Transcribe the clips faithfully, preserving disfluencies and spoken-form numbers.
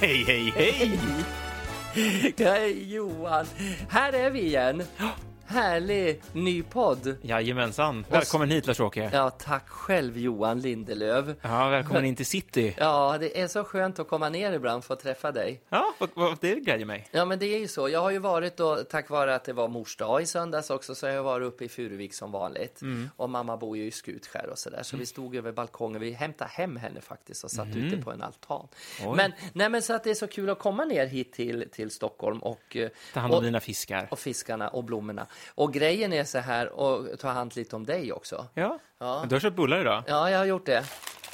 Hej, hej, hej! Hej Johan, här är vi igen. Härlig ny podd. Jajamensan. Välkommen hit, Lars-Åke. Ja, tack själv Johan Lindelöf. Ja, välkommen in till city. Ja, det är så skönt att komma ner ibland för att träffa dig. Ja, det glädjer mig. Ja, men det är ju så. Jag har ju varit då, tack vare att det var mors dag i söndags också, så har jag varit uppe i Furuvik som vanligt. Mm. Och mamma bor ju i Skutskär och sådär. Så mm. vi stod över balkongen. Vi hämtade hem henne faktiskt och satt mm. ute på en altan. Men, nej, men så att det är så kul att komma ner hit till, till Stockholm och ta hand om och, dina fiskar. Och fiskarna och blommorna. Och grejen är så här, och ta hand lite om dig också. Ja, ja. Du har köpt bullar idag? Ja, jag har gjort det.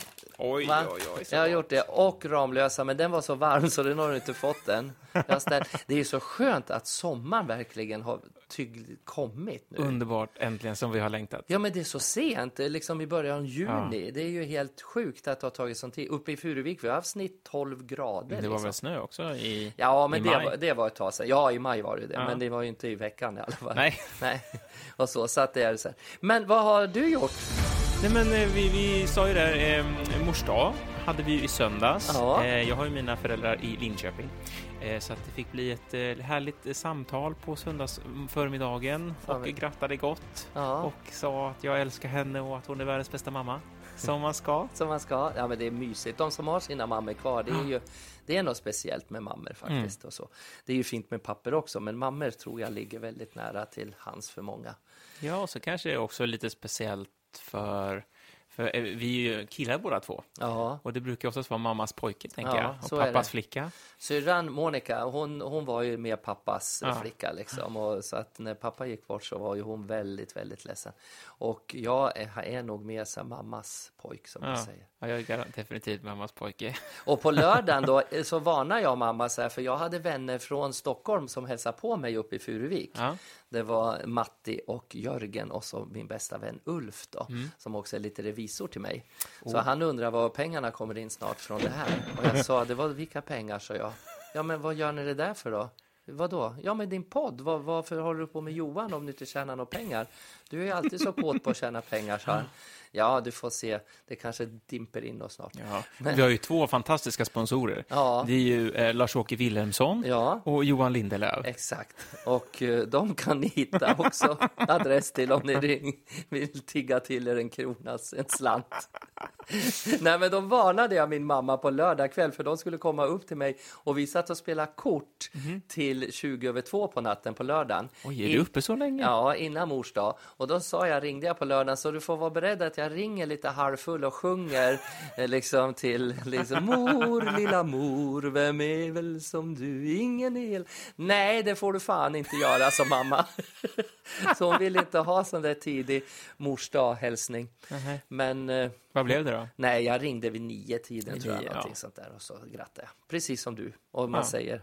Oj, oj, oj. Jag har gjort det. Och Ramlösa, men den var så varm så den har du inte fått den. Det är ju så skönt att sommaren verkligen har tydligt kommit nu. Underbart, äntligen, som vi har längtat. Ja, men det är så sent, liksom i början av juni. Ja. Det är ju helt sjukt att det har tagit sån tid. Uppe i Furuvik, vi har haft snitt tolv grader. Det var liksom. väl snö också i Ja, men i det, maj. Var, det var ett tag sedan. Ja, i maj var det det. Ja. Men det var ju inte i veckan i alla fall. Nej. Nej. Och så, så att det är så här. Men vad har du gjort? Nej, men vi, vi sa ju där, eh, mors dag hade vi ju i söndags. Ja. Eh, jag har ju mina föräldrar i Linköping. Eh, så att det fick bli ett eh, härligt eh, samtal på söndags förmiddagen. Och vi grattade gott. Ja. Och sa att jag älskar henne och att hon är världens bästa mamma. Som man ska. Som man ska. Ja, men det är mysigt. De som har sina mammor kvar, det är ju det är något speciellt med mammor faktiskt. Mm. Och så. Det är ju fint med papper också, men mammor tror jag ligger väldigt nära till hans för många. Ja, och så kanske också lite speciellt för... För vi är ju killar båda två. Ja. Och det brukar oftast vara mammas pojke, tänker ja, jag. Och pappas flicka. Syrran Monica, hon, hon var ju med pappas ja. flicka liksom. Och så att när pappa gick bort så var ju hon väldigt, väldigt ledsen. Och jag är, är nog med som mammas pojk, som ja. man säger. Ja, jag är definitivt mammas pojke. Och på lördagen då så varnar jag mamma så här, för jag hade vänner från Stockholm som hälsade på mig uppe i Furuvik. Ja. Det var Matti och Jörgen och så min bästa vän Ulf då, mm. som också är lite revisor till mig. Oh. Så han undrar var pengarna kommer in snart från det här. Och jag sa, det var vilka pengar, så jag. Ja, men vad gör ni det där för då? Vadå? Ja, men din podd. Var, varför håller du på med Johan om du inte tjänar några pengar? Du är ju alltid så kåt på att tjäna pengar, så här. Ja, du får se. Det kanske dimper in oss snart. Ja. Vi har ju två fantastiska sponsorer. Ja. Det är ju eh, Lars-Åke Wilhelmsson ja. och Johan Lindelöf. Exakt. Och eh, de kan ni hitta också adress till om ni ring, vill tigga till er en kronas, en slant. Nej, men då varnade jag min mamma på lördag kväll, för de skulle komma upp till mig och vi satt och spela kort mm. till tjugo över två på natten på lördagen. Oj, är du uppe så länge? Ja, innan mors dag. Och då sa jag, ringde jag på lördagen, så du får vara beredd att jag ringer lite halvfull och sjunger liksom till liksom, mor, lilla mor, vem är väl som du, ingen el. Nej, det får du fan inte göra som mamma. Så hon vill inte ha sån där tidig morsdag-hälsning. Uh-huh. Men eh, vad blev det då? Nej, jag ringde vid nio tiden vid tror jag, nio, någonting ja. sånt där, och så grattade jag. Precis som du. Och man ja. säger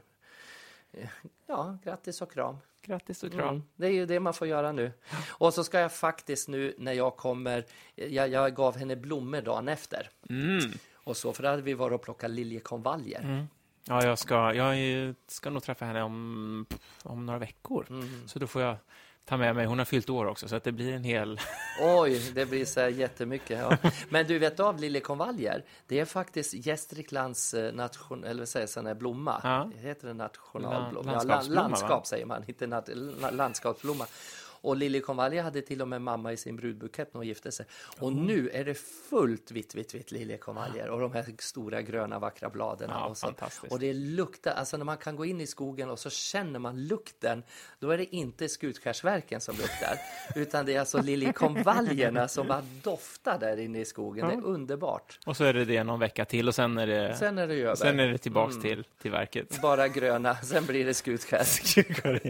ja, grattis och kram. Grattis och kram. Mm, det är ju det man får göra nu. Och så ska jag faktiskt nu när jag kommer, jag, jag gav henne blommor dagen efter. Mm. Och så, för då hade vi varit och plockat liljekonvaljer. Mm. Ja, jag ska, jag ska nog träffa henne om, om några veckor. Mm. Så då får jag ta med mig, hon har fyllt år också, så att det blir en hel... Oj, det blir så här jättemycket. Ja. Men du vet av liljekonvaljer, det är faktiskt Gästriklands nation, eller vad säger sån här blomma. Ja. Det heter en nationalblomma. La, ja, landskap säger man, inte nat- landskapsblomma. Och liljekonvaljer hade till och med mamma i sin brudbukett när hon gifte sig. Och mm. nu är det fullt vitt, vitt, vitt liljekonvaljer. Och de här stora gröna vackra bladen. Ja, och, så. Fantastiskt. Och det luktar, alltså när man kan gå in i skogen och så känner man lukten. Då är det inte Skutskärsverken som luktar. Utan det är alltså liljekonvaljerna som bara doftar där inne i skogen. Mm. Det är underbart. Och så är det det någon vecka till och sen är det, sen är det, över. Sen är det tillbaks mm. till, till verket. Bara gröna, sen blir det Skutskärs.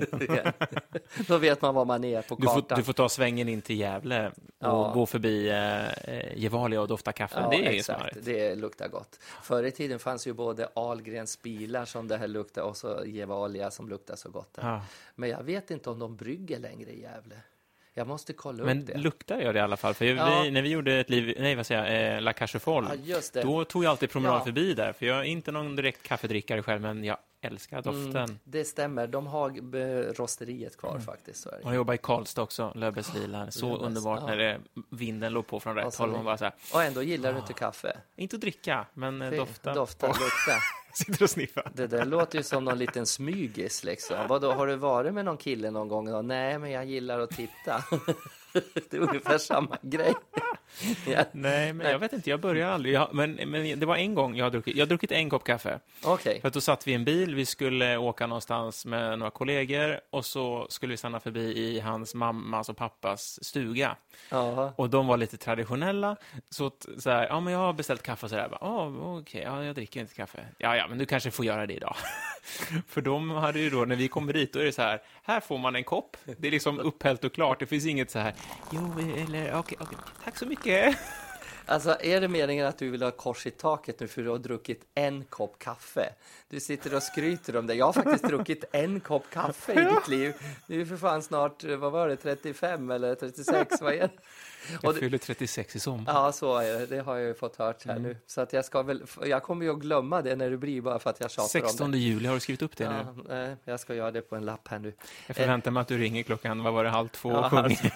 Då vet man vad man är. Du får, du får ta svängen in till Gävle och ja. gå förbi eh, Gevalia och dofta kaffe. Ja, det är exakt. Smarrigt. Det luktar gott. Förr i tiden fanns ju både Ahlgrens bilar som det här luktar och så Gevalia som luktar så gott. Ja. Men jag vet inte om de brygger längre i Gävle. Jag måste kolla Men upp det. Men luktar jag det i alla fall? För ja. vi, när vi gjorde ett liv, nej vad säger jag, eh, La Cachefol, ja, då tog jag alltid promenad ja. förbi där. För jag är inte någon direkt kaffedrickare själv, men jag älskar doften. Mm, det stämmer, de har eh, rosteriet kvar mm. faktiskt. Så är det. Och jag jobbar i Karlstad också, Löfbergslila. Så Löfbergs, underbart ja. när det, vinden låg på från rätt håll. Man bara så här, och ändå gillar du inte kaffe? Inte att dricka, men Fy, doften. Doften, lukta. Sitter och sniffar. Det där låter ju som någon liten smygis liksom. Vadå, har du varit med någon kille någon gång? Då? Nej, men jag gillar att titta. Det är ungefär samma grej. Ja. Nej, men jag vet inte, jag börjar aldrig. Jag, men, men det var en gång jag har druckit, jag har druckit en kopp kaffe. Okay. För att då satt vi i en bil, vi skulle åka någonstans med några kollegor och så skulle vi stanna förbi i hans mammas och pappas stuga. Aha. Och de var lite traditionella. Så, så här, ja men jag har beställt kaffe och så där. Ja, okej, okay, ja, jag dricker inte kaffe. Ja, ja, men du kanske får göra det idag. För de hade ju då, när vi kommer dit, då är det så här, här får man en kopp. Det är liksom upphällt och klart. Det finns inget så här, jo, eller okej, okay, okay, tack så mycket. Alltså, är det meningen att du vill ha kors i taket nu för du har druckit en kopp kaffe? Du sitter och skryter om det. Jag har faktiskt druckit en kopp kaffe i ditt liv. Nu är för fan snart, vad var det, trettiofem eller trettiosex, vad är det? Jag fyller trettiosex i sommar. Ja, så är det. Det har jag ju fått hört här mm. nu. Så att jag ska väl, jag kommer ju att glömma det när det blir, bara för att jag tjatar om det. sextonde juli, har du skrivit upp det ja, nu? Jag ska göra det på en lapp här nu. Jag förväntar mig att du ringer klockan, vad var det, halv två? Ja, alltså.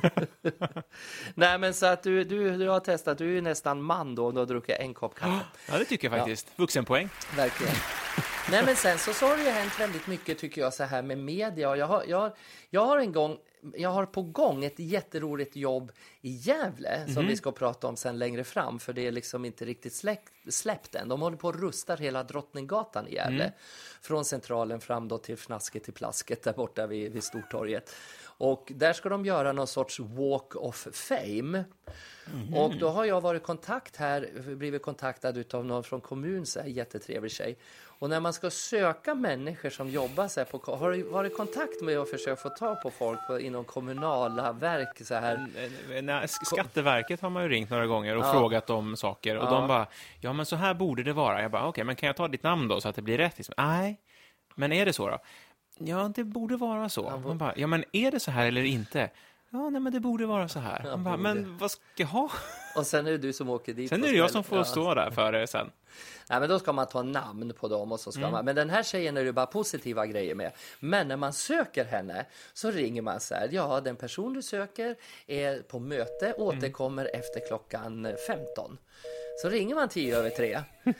Nej, men så att du, du, du har testat, du är ju nästan man då om du har druckit en kopp kaffe. Ja, det tycker jag faktiskt. Ja. Vuxenpoäng. Verkligen. Nej, men sen så, så har det ju hänt väldigt mycket tycker jag så här med media. Jag har, jag, jag har en gång, jag har på gång ett jätteroligt jobb i Gävle mm. som vi ska prata om sen längre fram, för det är liksom inte riktigt släppt, släppt än. De håller på att rusta hela Drottninggatan i Gävle. Mm. Från centralen fram då till Fnasket till Plasket där borta vid, vid Stortorget. Och där ska de göra någon sorts walk of fame. Mm. Och då har jag varit i kontakt här, blivit kontaktad utav någon från kommunen, så här jättetrevlig tjej. Och när man ska söka människor som jobbar så här på, har du varit i kontakt med att försöka få tag på folk på, inom kommunala verk så här? Nej, Skatteverket har man ju ringt några gånger och ja. frågat om saker. Och ja. de bara, ja men så här borde det vara. Jag bara, okej, okay, men kan jag ta ditt namn då så att det blir rätt? Nej, men är det så då? Ja, det borde vara så. Ja, man bara, ja men är det så här eller inte? Ja, nej men det borde vara så här. Man bara, men vad ska jag ha? Och sen är det du som åker dit. Sen är det jag som får ja. stå där för det sen. Nej, men då ska man ta namn på dem och så ska mm. man. Men den här tjejen är det bara positiva grejer med. Men när man söker henne så ringer man så här. Ja, den person du söker är på möte, återkommer mm. efter klockan femton. Så ringer man tio över tre.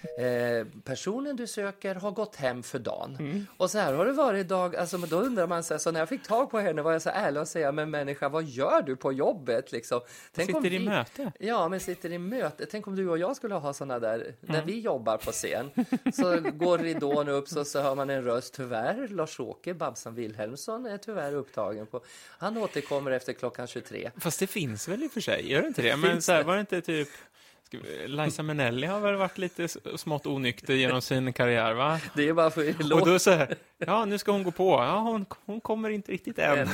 Eh, personen du söker har gått hem för dagen. Mm. Och så här har det varit idag. Alltså, men då undrar man så här, så när jag fick tag på henne var jag så ärlig och säga, men människa, vad gör du på jobbet? Liksom? Tänk sitter om vi, i möte. Ja, men sitter i möte. Tänk om du och jag skulle ha såna där, mm. när vi jobbar på scen. Så går ridån upp så, så hör man en röst. Tyvärr, Lars-Åke Babsan Wilhelmsson är tyvärr upptagen på. Han återkommer efter klockan tjugotre. Fast det finns väl i och för sig, gör det inte det? Men så här, var det inte typ... Liza Minnelli har väl varit lite smått onykter genom sin karriär, va? Det är bara för och då så här, ja nu ska hon gå på. Ja, hon, hon kommer inte riktigt än.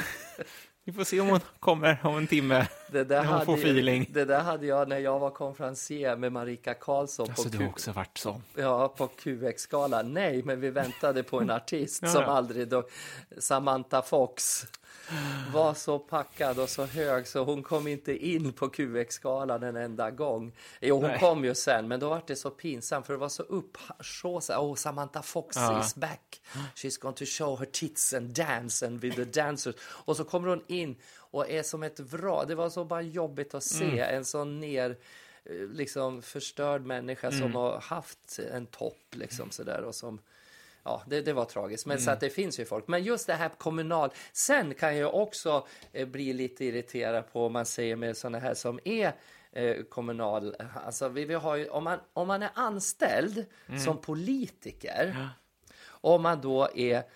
Vi får se om hon kommer om en timme. Det där, hon får feeling. det där hade jag när jag var konferencier med Marika Karlsson. Alltså, på du Q- har också varit så. Ja, på Q X-skala. Nej, men vi väntade på en artist ja, som ja. aldrig då, Samantha Fox var så packad och så hög så hon kom inte in på Q X-skalan en enda gång. Jo, hon Nej. kom ju sen, men då var det så pinsamt för det var så uppsåsa. Oh, Samantha Fox ja. is back. She's going to show her tits and dance and with the dancers. Och så kommer hon in och är som ett vrak. Det var så bara jobbigt att se mm. en sån ner liksom förstörd människa mm. som har haft en topp liksom sådär och som ja, det, det var tragiskt. Men mm. så att det finns ju folk. Men just det här kommunal. Sen kan jag också eh, bli lite irriterad på om man säger med sådana här som är eh, kommunal. Alltså vi, vi har ju, om man, om man är anställd mm. som politiker. Ja. Om man då är eh,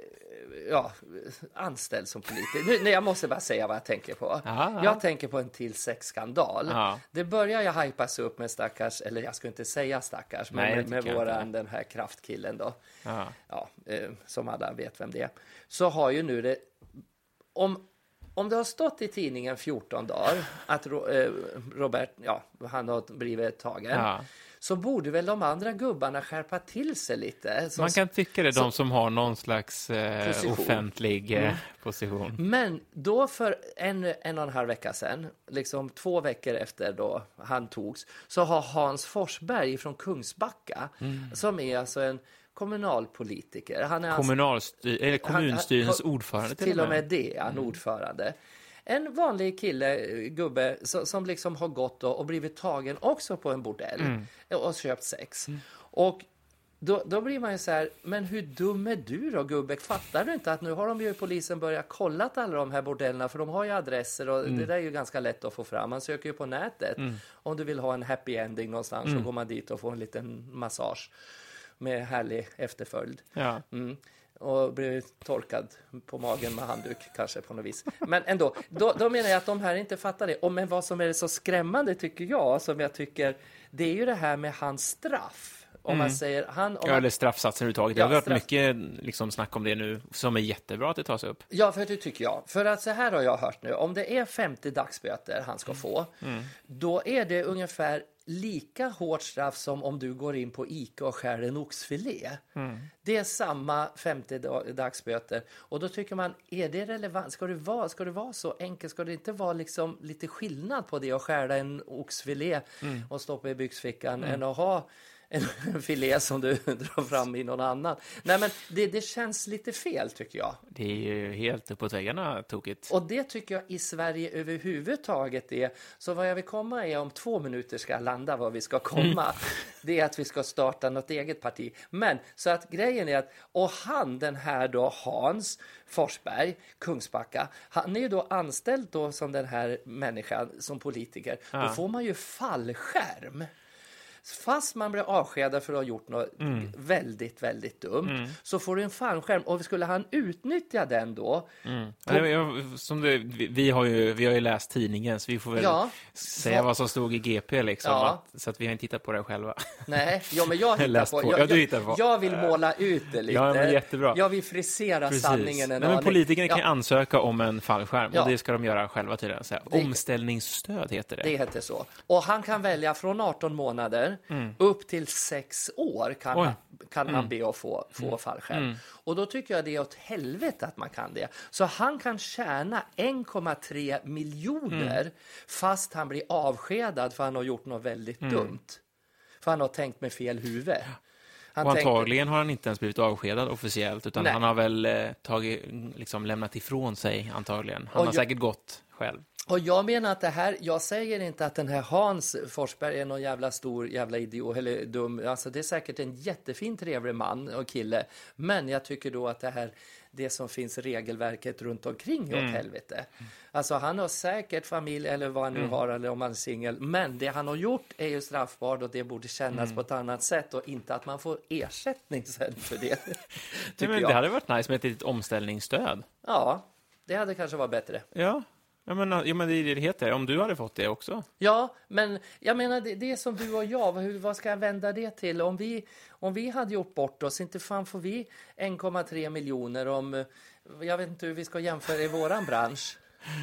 ja, anställd som politiker. Nu, nej, jag måste bara säga vad jag tänker på. Aha. Jag tänker på en till sexskandal. Aha. Det börjar ju hypas upp med stackars, eller jag ska inte säga stackars, nej, men med, med våran, den här kraftkillen då. Ja, eh, som alla vet vem det är. Så har ju nu det, om, om det har stått i tidningen fjorton dagar att eh, Robert, ja, han har blivit tagen. Ja. Så borde väl de andra gubbarna skärpa till sig lite. Så, man kan tycka det är så, de som har någon slags eh, offentlig eh, mm. position. Men då för en, en och en halv vecka sedan, liksom två veckor efter då han togs, så har Hans Forsberg från Kungsbacka, mm. som är alltså en kommunalpolitiker. Han är Kommunalsty- eller kommunstyrelsens han, han, ordförande till, till och med. det, han mm. ordförande. En vanlig kille, gubbe, som, som liksom har gått och, och blivit tagen också på en bordell mm. och köpt sex. Mm. Och då, då blir man ju så här, men hur dum är du då, gubbe? Fattar du inte att nu har de ju polisen börjat kolla alla de här bordellerna, för de har ju adresser och mm. det där är ju ganska lätt att få fram. Man söker ju på nätet. Mm. Om du vill ha en happy ending någonstans mm. så går man dit och får en liten massage med härlig efterföljd. Ja. Mm. Och blir torkad på magen med handduk kanske på något vis. Men ändå, då, då menar jag att de här inte fattar det. Och men vad som är så skrämmande tycker jag, som jag tycker, det är ju det här med hans straff. Om mm. man säger han, om ja, man, eller straffsatsen överhuvudtaget. Ja, jag har hört straff... mycket liksom, snack om det nu som är jättebra att det tas upp. Ja, för det tycker jag. För att så här har jag hört nu. Om det är femtio dagsböter han ska få, mm. då är det ungefär lika hårt straff som om du går in på Ica och skär en oxfilé. Mm. Det är samma femtio dagsböter. Och då tycker man, är det relevant? Ska det vara, ska det vara så enkelt? Ska det inte vara liksom lite skillnad på det att skära en oxfilé mm. och stoppa i byxfickan mm. än att ha en filé som du drar fram i någon annan? Nej, men det, det känns lite fel tycker jag. Det är ju helt uppåt väggarna tokigt. Och det tycker jag i Sverige överhuvudtaget är. Så vad jag vill komma är, om två minuter ska landa var vi ska komma. Mm. Det är att vi ska starta något eget parti. Men så att grejen är att, och han den här då Hans Forsberg, Kungsbacka, han är ju då anställd då som den här människan som politiker. Ja. Då får man ju fallskärm. Fast man blir avskedad för att ha gjort något mm. väldigt, väldigt dumt mm. så får du en fallskärm. Och skulle han utnyttja den då? Mm. På... Jag, som det, vi, vi, har ju, vi har ju läst tidningen så vi får väl ja. säga ja. vad som stod i G P liksom, ja. att, så att vi har inte tittat på det själva. Nej, ja, men jag hittar på. på. Jag, jag, hittar på. jag vill måla ut det lite. Ja, men jättebra. Jag vill frisera Precis. sanningen en Nej, men politikerna kan ja. ansöka om en fallskärm ja. och det ska de göra själva tydligen. Så här, det, omställningsstöd heter det. Det heter så. Och han kan välja från arton månader Mm. upp till sex år kan, han, kan mm. han be att få, få mm. fallskärm. Mm. Och då tycker jag det är åt helvete att man kan det. Så han kan tjäna en komma tre miljoner mm. fast han blir avskedad för han har gjort något väldigt mm. dumt. För han har tänkt med fel huvud. Han och antagligen tänkte... har han inte ens blivit avskedad officiellt utan Nej. han har väl eh, tagit, liksom, lämnat ifrån sig antagligen. Han och har jag... säkert gått själv. Och jag menar att det här, jag säger inte att den här Hans Forsberg är någon jävla stor jävla idiot eller dum. Alltså det är säkert en jättefin trevlig man och kille. Men jag tycker då att det här, det som finns regelverket runt omkring är åt mm. helvete. Alltså han har säkert familj eller vad han nu mm. har eller om han är singel. Men det han har gjort är ju straffbart och det borde kännas mm. på ett annat sätt och inte att man får ersättning sen för det. Nej, men det hade varit nice med ett litet omställningsstöd. Ja, det hade kanske varit bättre. Ja. Ja men, ja, men det är det det heter. Om du hade fått det också. Ja, men jag menar, det, det är som du och jag. Hur, vad ska jag vända det till? Om vi, om vi hade gjort bort oss, inte fan får vi en komma tre miljoner om... Jag vet inte hur vi ska jämföra i våran bransch.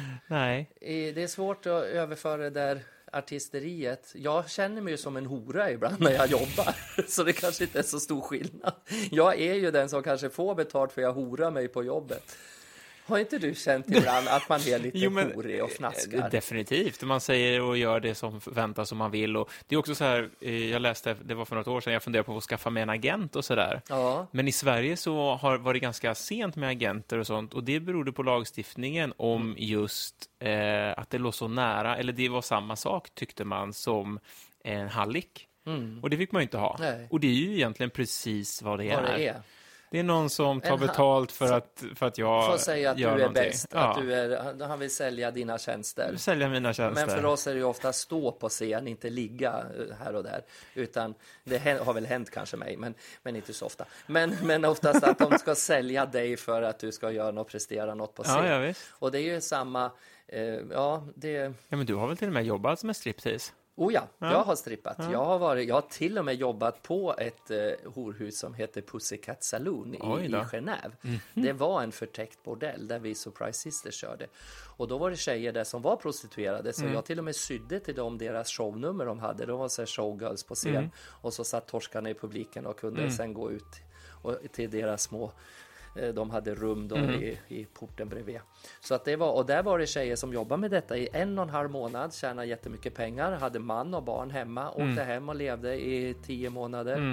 Nej. Det är svårt att överföra det där artisteriet. Jag känner mig ju som en hora ibland när jag jobbar. Så det kanske inte är så stor skillnad. Jag är ju den som kanske får betalt för jag horar mig på jobbet. Har inte du känt ibland att man är lite jo, men, horig och fnaskar? Definitivt. Man säger och gör det som förväntas som man vill. Och det är också så här, jag läste, det var för något år sedan, jag funderade på att skaffa mig en agent och sådär. Ja. Men i Sverige så har det varit ganska sent med agenter och sånt. Och det berodde på lagstiftningen om mm. just eh, att det låg så nära. Eller det var samma sak tyckte man som en hallick. Mm. Och det fick man ju inte ha. Nej. Och det är ju egentligen precis vad det, vad är. det är. Det är någon som tar betalt för att, för att jag får säga att gör du är någonting. Bäst, ja. att du är, han vill sälja dina tjänster. Sälja mina tjänster. Men för oss är det ju ofta stå på scen, inte ligga här och där. Utan det har väl hänt kanske mig, men, men inte så ofta. Men, men oftast att de ska sälja dig för att du ska göra något, prestera något på scen. Ja, ja, visst. Och det är ju samma, eh, ja det... Ja, men du har väl till och med jobbat med striptease? Oh ja, ja, jag har strippat. Ja. Jag, har varit, jag har till och med jobbat på ett eh, horhus som heter Pussycat Saloon i, i Genève. Mm-hmm. Det var en förtäckt bordell där vi Surprise Sisters körde. Och då var det tjejer där som var prostituerade. Så mm. jag till och med sydde till dem deras shownummer de hade. De var så här showgirls på scen. Mm. Och så satt torskarna i publiken och kunde mm. sen gå ut och, till deras små... De hade rum då mm. i, i porten bredvid. Så att det var, och där var det tjejer som jobbade med detta i en och en halv månad, tjänade jättemycket pengar, hade man och barn hemma, åkte mm. hem och levde i tio månader. Mm.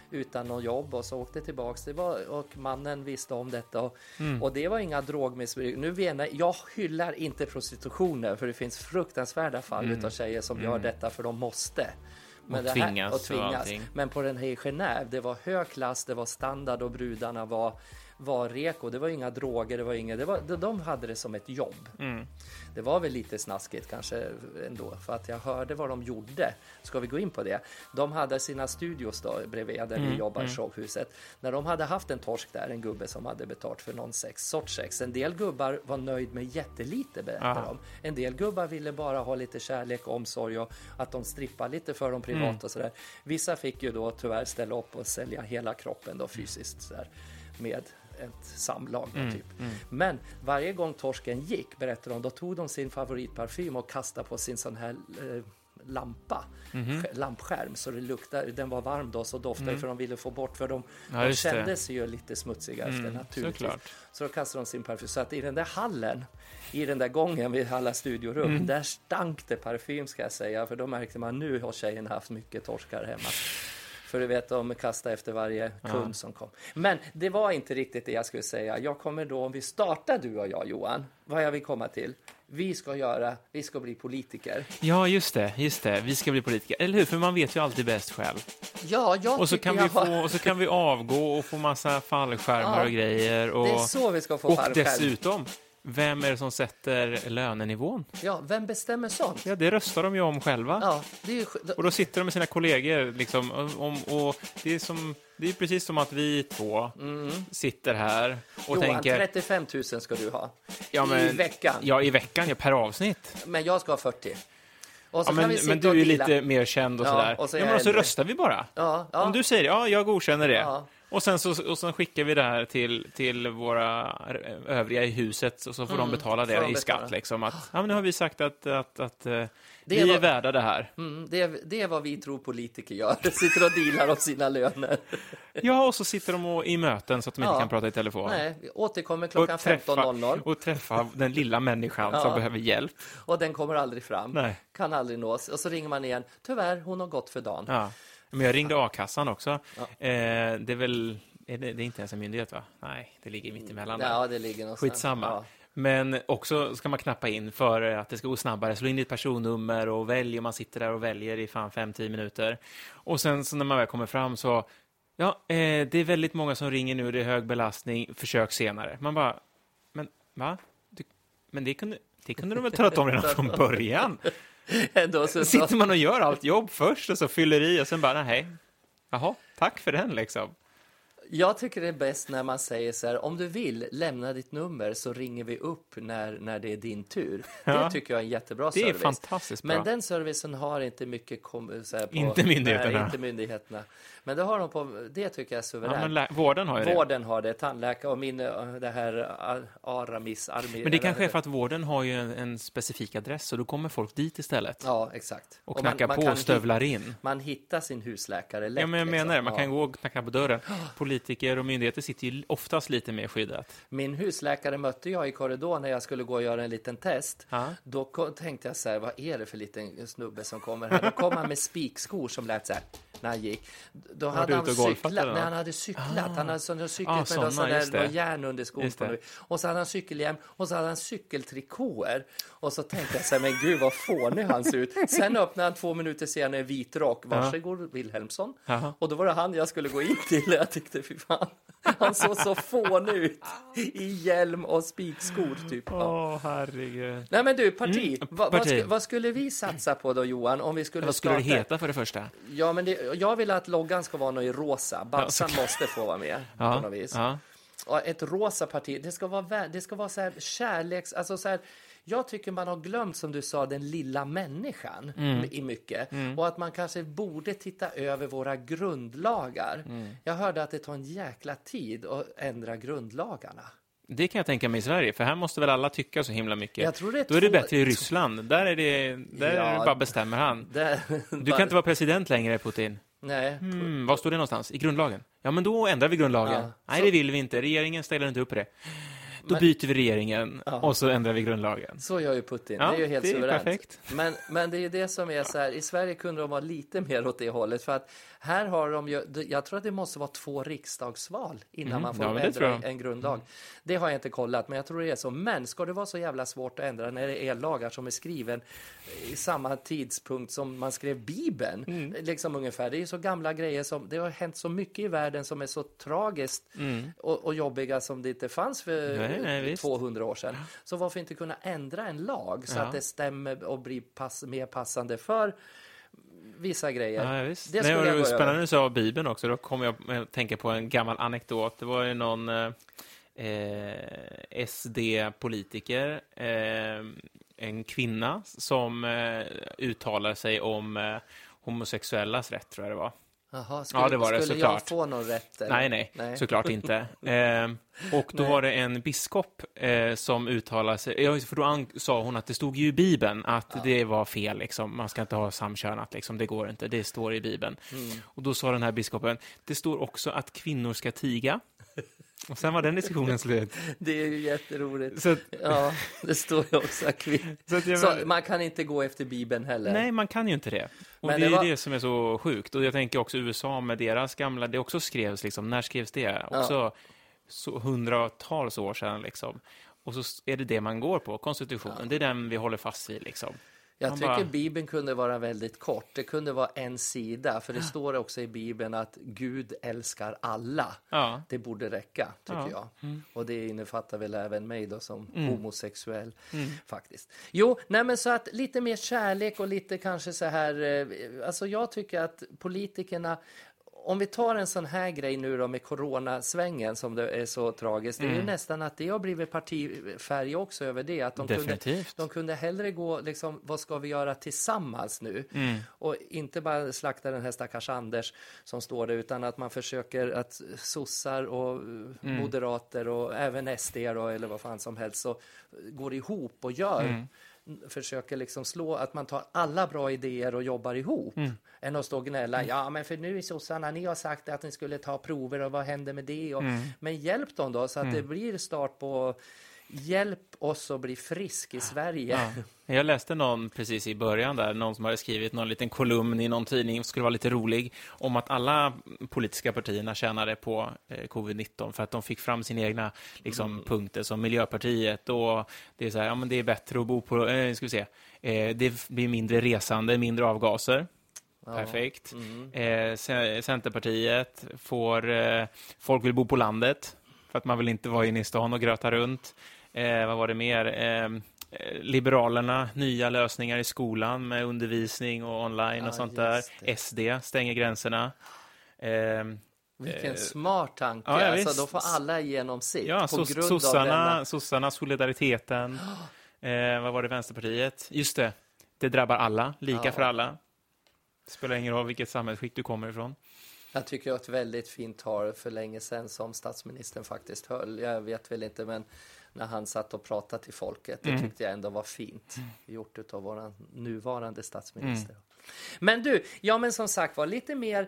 utan någon jobb och så åkte tillbaks. Det var, och mannen visste om detta. Och, mm. och det var inga drogmissbruk. Nu vet jag hyllar inte prostitutionen, för det finns fruktansvärda fall mm. utav tjejer som mm. gör detta för de måste. Men och, tvingas och tvingas. Och Men på den här i Genève, det var hög klass, det var standard och brudarna var, var reko. Det var inga droger, det var inga, det var, de hade det som ett jobb. Mm. Det var väl lite snaskigt kanske ändå, för att jag hörde vad de gjorde. Ska vi gå in på det? De hade sina studios då bredvid där mm. vi jobbar i mm. showhuset. När de hade haft en torsk där, en gubbe som hade betalt för någon sex, sorts sex. En del gubbar var nöjd med jättelite, berättar de. En del gubbar ville bara ha lite kärlek och omsorg och att de strippar lite för dem privat mm. och sådär. Vissa fick ju då tyvärr ställa upp och sälja hela kroppen då fysiskt sådär med ett samlag mm, typ. Mm. Men varje gång torsken gick, berättade de, då tog de sin favoritparfym och kastade på sin sån här eh, lampa, mm-hmm. lampskärm, så det luktade, den var varm då, så doftade mm. för de ville få bort, för de, ja, de kände sig ju lite smutsiga mm, efter naturligtvis. Såklart. Så då kastade de sin parfym, så att i den där hallen, i den där gången vid alla studiorum, mm. där stank det parfym, ska jag säga, för då märkte man, nu har tjejen haft mycket torskar hemma. För du vet, de kastar efter varje kund ja. som kom. Men det var inte riktigt det jag skulle säga. Jag kommer då, om vi startar du och jag, Johan, vad jag vill komma till. Vi ska göra, vi ska bli politiker. Ja, just det, just det. Vi ska bli politiker. Eller hur? För man vet ju alltid bäst själv. Ja, jag och så kan jag vi få har... Och så kan vi avgå och få massa fallskärmar ja, och grejer. Och, det är så vi ska få och fallskärm. Och dessutom, vem är det som sätter lönenivån? Ja, vem bestämmer sånt? Ja, det röstar de ju om själva. Ja, det är ju... Och då sitter de med sina kollegor liksom, om, och det är som... Det är precis som att vi två mm. sitter här och Johan, tänker... trettiofem tusen ska du ha. Ja, men, I veckan. Ja, i veckan, ja, per avsnitt. Men jag ska ha fyrtio. Och så ja, kan men, vi men du är ju lite mer känd och ja, sådär. Och så, ja, men så röstar vi bara. Ja, ja. Om du säger ja, jag godkänner det. Ja. Och sen så och sen skickar vi det här till, till våra övriga i huset, och så får mm, de betala det de i betala. skatt. Liksom. Att, ja, men nu har vi sagt att, att, att uh, vi är, vad, är värda det här. Mm, det, är, det är vad vi tror politiker gör. De sitter och dealar om sina löner. Ja, och så sitter de och, i möten så att de ja. inte kan prata i telefon. Nej, vi återkommer klockan femton noll noll. Och träffa den lilla människan ja. som behöver hjälp. Och den kommer aldrig fram. Nej. Kan aldrig nås. Och så ringer man igen. Tyvärr, hon har gått för dagen. Ja. Men jag ringde A-kassan också. Ja. Eh, det är väl... Är det, det är inte ens en myndighet, va? Nej, det ligger mitt emellan. Ja, det ligger någonstans. Skitsamma. Ja. Men också ska man knappa in för att det ska gå snabbare. Slå in ditt personnummer och väljer. Man sitter där och väljer i fan fem till tio minuter. Och sen så när man väl kommer fram så... Ja, eh, det är väldigt många som ringer nu. Det är hög belastning. Försök senare. Man bara... Men, va? Du, men det kunde, det kunde de väl ta om redan från början? Då så, sitter så. man och gör allt jobb först och så fyller i och sen bara, nej. Jaha, tack för den liksom. Jag tycker det är bäst när man säger så här, om du vill lämna ditt nummer så ringer vi upp när, när det är din tur. Ja. Det tycker jag är en jättebra det service. Det är fantastiskt bra. Men den servicen har inte mycket kom, så här, på, inte myndigheterna. Nej, inte myndigheterna. Men det har de på, det tycker jag är suveränt. Ja, men lä- vården har ju det. Vården har det, tandläkare och min, det här Aramis. Armi, men det kanske är för att vården har ju en, en specifik adress så då kommer folk dit istället. Ja, exakt. Och knackar och man, på man och stövlar hitta, in. Man hittar sin husläkare lätt. Ja, men jag liksom. menar det. Man ja. kan gå och knacka på dörren. Politiker och myndigheter sitter ju oftast lite mer skyddat. Min husläkare mötte jag i korridor när jag skulle gå och göra en liten test. Ha? Då tänkte jag så här, vad är det för liten snubbe som kommer här? Då kom han med spikskor som lät så här när han gick. Då Var hade han cyklat. Nej, han hade cyklat. Ah. Han hade sån cyklat ah, med såna, sådär järn under skon på nu. Och så hade han cykelhjälm och så hade han cykeltrikåer. Och så tänkte jag så här, men gud vad fånig han ser ut. Sen öppnade han två minuter senare vit rock. Varsågod, ah. Wilhelmsson. Ah. Och då var det han jag skulle gå in till. Jag tyckte, fy fan. Han såg så fånig ut i hjälm och spikskor typ. Åh, oh, herregud. Nej men du, parti. Mm, Va, parti. Vad, sk- vad skulle vi satsa på då, Johan? Om vi skulle vad skulle starta? det heta för det första? Ja, men det, jag vill att loggan ska vara något i rosa. Babsan ja, måste få vara med ja, på något vis. Ja. Och ett rosa parti, det ska vara, det ska vara så här kärleks... Alltså så här, jag tycker man har glömt, som du sa, den lilla människan mm. i mycket. Mm. Och att man kanske borde titta över våra grundlagar. Mm. Jag hörde att det tar en jäkla tid att ändra grundlagarna. Det kan jag tänka mig i Sverige, för här måste väl alla tycka så himla mycket. Jag tror det är Då är det bättre i Ryssland. Där är det, där ja, är det bara bestämmer han. Där, du kan inte vara president längre, Putin. Nej. Hmm, vad står det någonstans? I grundlagen? Ja, men då ändrar vi grundlagen. Ja, Nej, så... det vill vi inte. Regeringen ställer inte upp på det. då men, byter vi regeringen ja. och så ändrar vi grundlagen. Så gör ju Putin. Ja, det är ju helt det är suveränt. Perfekt. Men, men det är ju det som är så här, i Sverige kunde de vara lite mer åt det hållet, för att här har de ju, jag tror att det måste vara två riksdagsval innan mm, man får ja, ändra en grundlag. Mm. Det har jag inte kollat, men jag tror det är så. Men ska det vara så jävla svårt att ändra när det är lagar som är skriven i samma tidspunkt som man skrev Bibeln, mm. liksom ungefär. Det är ju så gamla grejer som, det har hänt så mycket i världen som är så tragiskt mm. och, och jobbiga som det inte fanns för nej, nej, tvåhundra år sedan. Så varför inte kunna ändra en lag så ja. att det stämmer och blir pass, mer passande för vissa grejer. Ja, visst. Det skulle Nej, jag spännande när du sa Bibeln också. Då kommer jag att tänka på en gammal anekdot. Det var ju någon eh, S D-politiker, eh, en kvinna som eh, uttalar sig om eh, homosexuellas rätt, tror jag det var. Aha, skulle, ja, det var skulle det, såklart. Jag få någon rätt? Eller? Nej, nej, nej, såklart inte. Eh, och då nej. var det en biskop eh, som uttalade sig. Ja, för då an- sa hon att det stod ju i Bibeln att ja. det var fel. Liksom. Man ska inte ha samkönat, liksom. Det går inte. Det står i Bibeln. Mm. Och då sa den här biskopen, det står också att kvinnor ska tiga. Och sen var den diskussionen slut. Det är ju jätteroligt. Så att, ja, det står ju också att kvin- så, att jag, så man kan inte gå efter Bibeln heller. Nej, man kan ju inte det. Och men det, det är var... det som är så sjukt. Och jag tänker också U S A med deras gamla, det också skrevs liksom, när skrevs det? Också ja. så hundratals år sedan liksom. Och så är det det man går på, konstitutionen. Ja. Det är den vi håller fast vid liksom. Jag tycker bara... Bibeln kunde vara väldigt kort. Det kunde vara en sida. För det står också i Bibeln att Gud älskar alla. Ja. Det borde räcka, tycker ja. jag. Mm. Och det innefattar väl även mig då som mm. homosexuell mm. faktiskt. Jo, nej men så att lite mer kärlek och lite kanske så här... Alltså jag tycker att politikerna... Om vi tar en sån här grej nu då med coronasvängen som det är så tragiskt. Mm. Det är ju nästan att det har blivit partifärg också över det. Att de, kunde, de kunde hellre gå, liksom, vad ska vi göra tillsammans nu? Mm. Och inte bara slakta den här stackars Anders som står där, utan att man försöker att sossar och mm. moderater och även S D då, eller vad fan som helst, så går ihop och gör... Mm. försöker liksom slå att man tar alla bra idéer och jobbar ihop mm. än att stå och gnälla, mm. ja men för nu är sossarna, ni har sagt att ni skulle ta prover och vad händer med det och, mm. men hjälp dem då så att mm. det blir start på hjälp oss att bli frisk i Sverige. Ja. Jag läste någon precis i början där, någon som hade skrivit någon liten kolumn i någon tidning, skulle vara lite rolig, om att alla politiska partierna tjänade på eh, covid nitton för att de fick fram sina egna liksom, mm. punkter som Miljöpartiet och det är så här, ja men det är bättre att bo på, eh, ska vi se, eh, det blir mindre resande, mindre avgaser. Ja. Perfekt. Mm. Eh, Centerpartiet får, eh, folk vill bo på landet för att man vill inte vara inne i stan och gröta runt. Eh, vad var det mer? Eh, Liberalerna, nya lösningar i skolan med undervisning och online ah, och sånt där. Det. S D stänger gränserna. Eh, Vilken eh, smart tanke. Ja, ja, alltså, då får alla igenom sitt. Ja, på so- grund sossarna, av denna... sossarna, solidariteten. Eh, vad var det, Vänsterpartiet? Just det, det drabbar alla, lika ja. för alla. Det spelar ingen roll vilket samhällsskick du kommer ifrån. Jag tycker att ett väldigt fint tal för länge sedan som statsministern faktiskt höll. Jag vet väl inte, men när han satt och pratade till folket, det mm. tyckte jag ändå var fint gjort av vår nuvarande statsminister. Mm. Men du, ja men som sagt var, lite mer,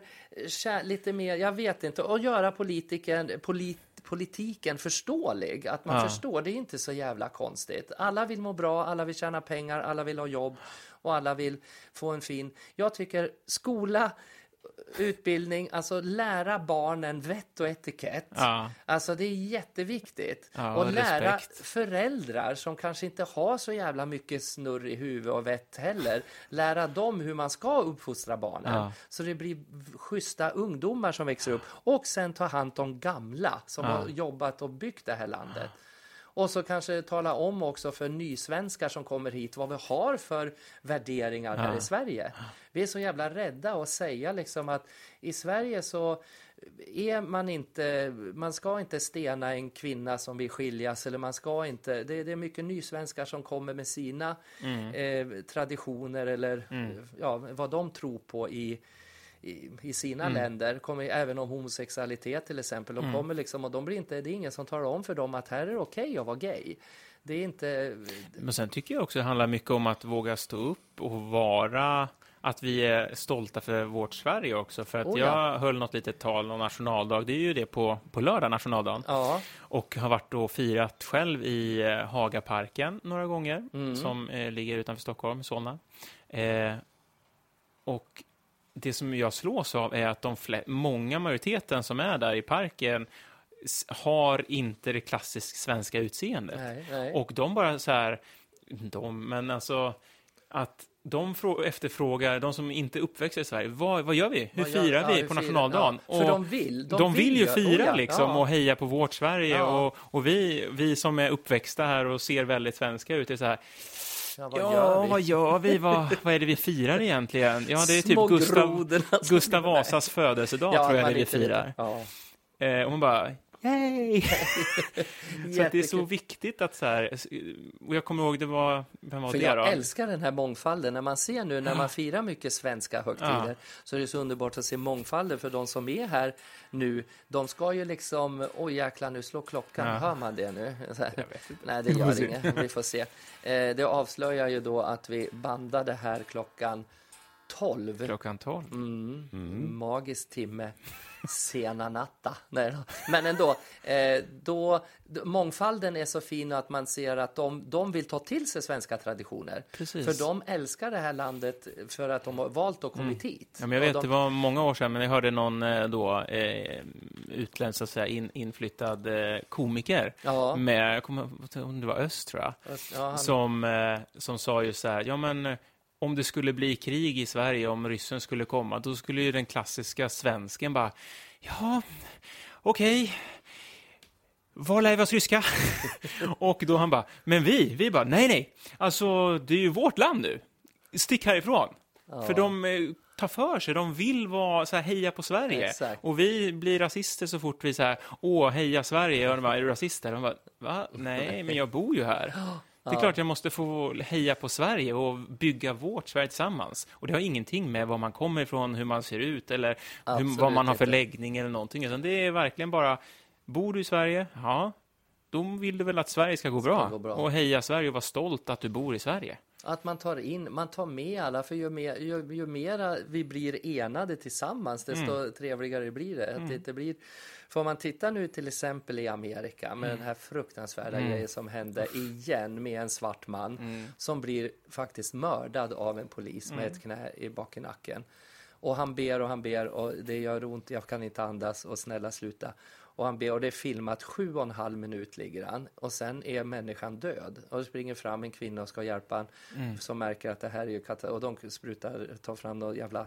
lite mer, jag vet inte, att göra politiken, polit, politiken förståelig. Att man ja. förstår, det är inte så jävla konstigt. Alla vill må bra, alla vill tjäna pengar, alla vill ha jobb och alla vill få en fin... Jag tycker skola... utbildning, alltså lära barnen vett och etikett. Ja. Alltså det är jätteviktigt. Ja, och lära respekt. Föräldrar som kanske inte har så jävla mycket snurr i huvud och vett heller. Lära dem hur man ska uppfostra barnen. Ja. Så det blir schyssta ungdomar som växer upp. Och sen ta hand om gamla som ja. har jobbat och byggt det här landet. Och så kanske tala om också för nysvenskar som kommer hit vad vi har för värderingar här ja. i Sverige. Vi är så jävla rädda att säga liksom att i Sverige så är man inte, man ska inte stena en kvinna som vill skiljas, eller man ska inte, det, det är mycket nysvenskar som kommer med sina mm. eh, traditioner eller mm. ja, vad de tror på i I, i sina mm. länder, kommer även om homosexualitet till exempel, de mm. kommer liksom, och de blir inte, det är ingen som talar om för dem att här är det okej okay att vara gay. Det är inte... Men sen tycker jag också det handlar mycket om att våga stå upp och vara, att vi är stolta för vårt Sverige också. För att oh, ja. jag höll något litet tal om nationaldag. Det är ju det på, på lördag, nationaldagen. Ja. Och har varit och firat själv i eh, Hagaparken några gånger. Mm. Som eh, ligger utanför Stockholm, Solna. Eh, och det som jag slås av är att de flä- många majoriteten som är där i parken har inte det klassiska svenska utseendet. Nej, nej. Och de bara så här, de, men alltså att de frå- efterfrågar, de som inte uppväxer i Sverige, vad, vad gör vi? Hur vad firar gör, vi ja, på firar, nationaldagen? Ja, för och de vill. De, de vill, vill ju fira oh, ja, liksom ja. och heja på vårt Sverige. Ja. Och, och vi, vi som är uppväxta här och ser väldigt svenska ut är så här, ja, vad ja, gör vi? vad gör vi? Vad, vad är det vi firar egentligen? Ja, det är typ Gustav, Gustav Vasas födelsedag ja, tror jag det vi firar. Ja. Eh, och man bara, yay! Så att det är så viktigt att så här, och jag kommer ihåg det var, vem var för det jag då? älskar den här mångfalden. När man ser nu, när man firar mycket svenska högtider, ja. så är det så underbart att se mångfalden för de som är här nu. De ska ju liksom, oj jäklar nu slår klockan, ja. hör man det nu? Så här, nej, det gör inget, vi får se. Eh, det avslöjar ju då att vi bandade här klockan tolv. Klockan tolv. Mm. Mm. Magisk timme. Sena natta. Nej då. Men ändå, eh, då, då, mångfalden är så fin att man ser att de, de vill ta till sig svenska traditioner. Precis. För de älskar det här landet för att de har valt att kommit mm. hit. Ja, men jag vet, de... det var många år sedan, men jag hörde någon eh, då eh, utländsk så att säga, in, inflyttad eh, komiker ja. med, jag kommer om det var Öst tror jag, Öst, ja, han... som, eh, som sa ju så här, ja men om det skulle bli krig i Sverige, om ryssen skulle komma, då skulle ju den klassiska svensken bara, ja, okej, okay. Var lär vi oss ryska? Och då han bara, men vi, vi bara, nej, nej, alltså det är ju vårt land nu, stick härifrån. Ja. För de eh, tar för sig, de vill vara så här, heja på Sverige. Exakt. Och vi blir rasister så fort vi så här, åh, heja Sverige, och de bara, är du rasister? De bara, va? Nej, men jag bor ju här. Det är ja. klart jag måste få heja på Sverige och bygga vårt Sverige tillsammans. Och det har ingenting med var man kommer ifrån, hur man ser ut eller hur, vad man har för läggning eller någonting. Utan det är verkligen bara, bor du i Sverige? Ja, då vill du väl att Sverige ska gå, ska bra. gå bra. Och heja Sverige och vara stolt att du bor i Sverige. Att man tar in, man tar med alla, för ju mer, ju, ju mera vi blir enade tillsammans, desto mm. trevligare blir det. Mm. Att det inte blir, får man titta nu till exempel i Amerika med mm. den här fruktansvärda mm. grejen som hände igen med en svart man mm. som blir faktiskt mördad av en polis mm. med ett knä i bak i nacken. Och han ber och han ber och det gör ont, jag kan inte andas och snälla sluta. Och han ber, och det är filmat sju och en halv minut ligger han. Och sen är människan död. Och det springer fram en kvinna och ska hjälpa han. Mm. Som märker att det här är ju kat- och de sprutar, tar fram någon jävla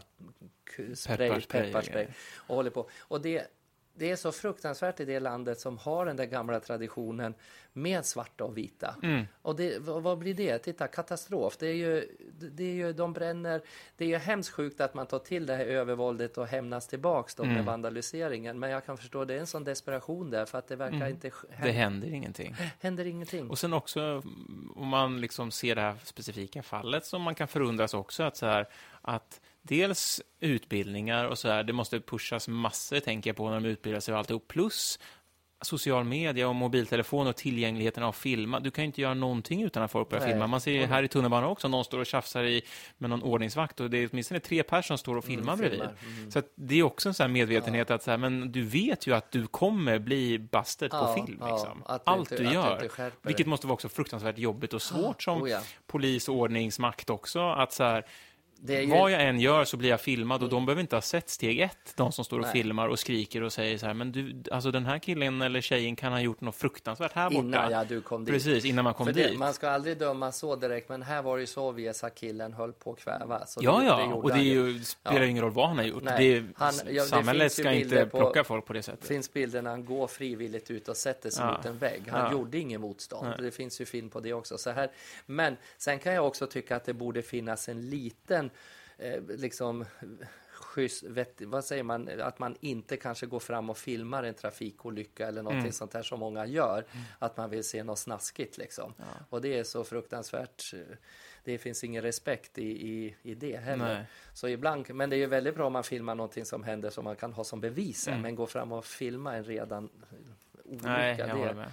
spray, pepparspray, pepparspray och håller på. Och det, det är så fruktansvärt i det landet som har den där gamla traditionen med svarta och vita. Mm. Och det, vad, vad blir det? Titta, katastrof. Det är ju, det är ju, de bränner. Det är ju hemskt sjukt att man tar till det här övervåldet och hämnas tillbaks då mm. med vandaliseringen. Men jag kan förstå, det är en sån desperation där för att det verkar mm. inte hända. Det händer ingenting. Händer ingenting. Och sen också, om man liksom ser det här specifika fallet, som man kan förundras också att så här, att dels utbildningar och så här, det måste pushas massor, tänker jag på, när de utbildar sig och alltihop. Plus social media och mobiltelefon och tillgängligheten av filma. Du kan ju inte göra någonting utan att folk börjar Nej. filma. Man ser ju här i tunnelbanan också, någon står och tjafsar i, med någon ordningsvakt och det är åtminstone tre personer som står och filmar mm, bredvid. Mm. Så att det är också en sån här medvetenhet ja. att så här, men du vet ju att du kommer bli busted ja, på film. Liksom. Ja, du Allt inte, du gör. Du vilket måste vara också fruktansvärt jobbigt och svårt som oh, ja. polis och ordningsmakt också. Att så här, ju... vad jag än gör så blir jag filmad och mm. de behöver inte ha sett steg ett, de som står och Nej. filmar och skriker och säger så här, men du, alltså den här killen eller tjejen kan ha gjort något fruktansvärt här borta. Innan ja, du kom dit. Precis, innan man kom För dit. Det, man ska aldrig döma så direkt, men här var det ju så Viesa killen höll på att kväva. Så ja, det, ja, det och det är ju, spelar ju ja. ingen roll vad han har gjort. Det är, han, ja, samhället ska inte på, plocka folk på det sättet. Det finns bilder när han går frivilligt ut och sätter sig ja. mot en vägg. Han ja. gjorde ingen motstånd. Nej. Det finns ju film på det också. Så här. Men sen kan jag också tycka att det borde finnas en liten Eh, liksom schysst, vet, vad säger man, att man inte kanske går fram och filmar en trafikolycka eller någonting mm. sånt här som många gör, mm. att man vill se något snaskigt liksom. Ja. Och det är så fruktansvärt, det finns ingen respekt i, i, i det heller. Nej. Så ibland, men det är ju väldigt bra om man filmar någonting som händer som man kan ha som bevis, mm. men gå fram och filma en redan olycka. Nej, jag håller med.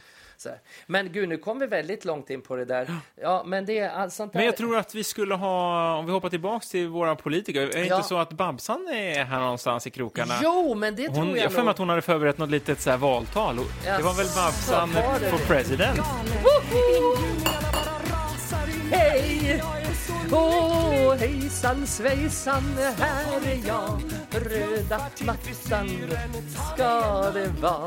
Så. Men gud, nu kom vi väldigt långt in på det där. Ja, men det är allt sånt där. Men jag tror att vi skulle ha, om vi hoppar tillbaks till våra politiker, är det ja. inte så att Babsan är här någonstans i krokarna? Jo, men det tror hon, jag Jag för mig att hon hade förberett något litet så här valtal. Ja, det var väl Babsan for president? Hej! Åh, hejsan svejsan, här är jag. Röda mattan ska det vara.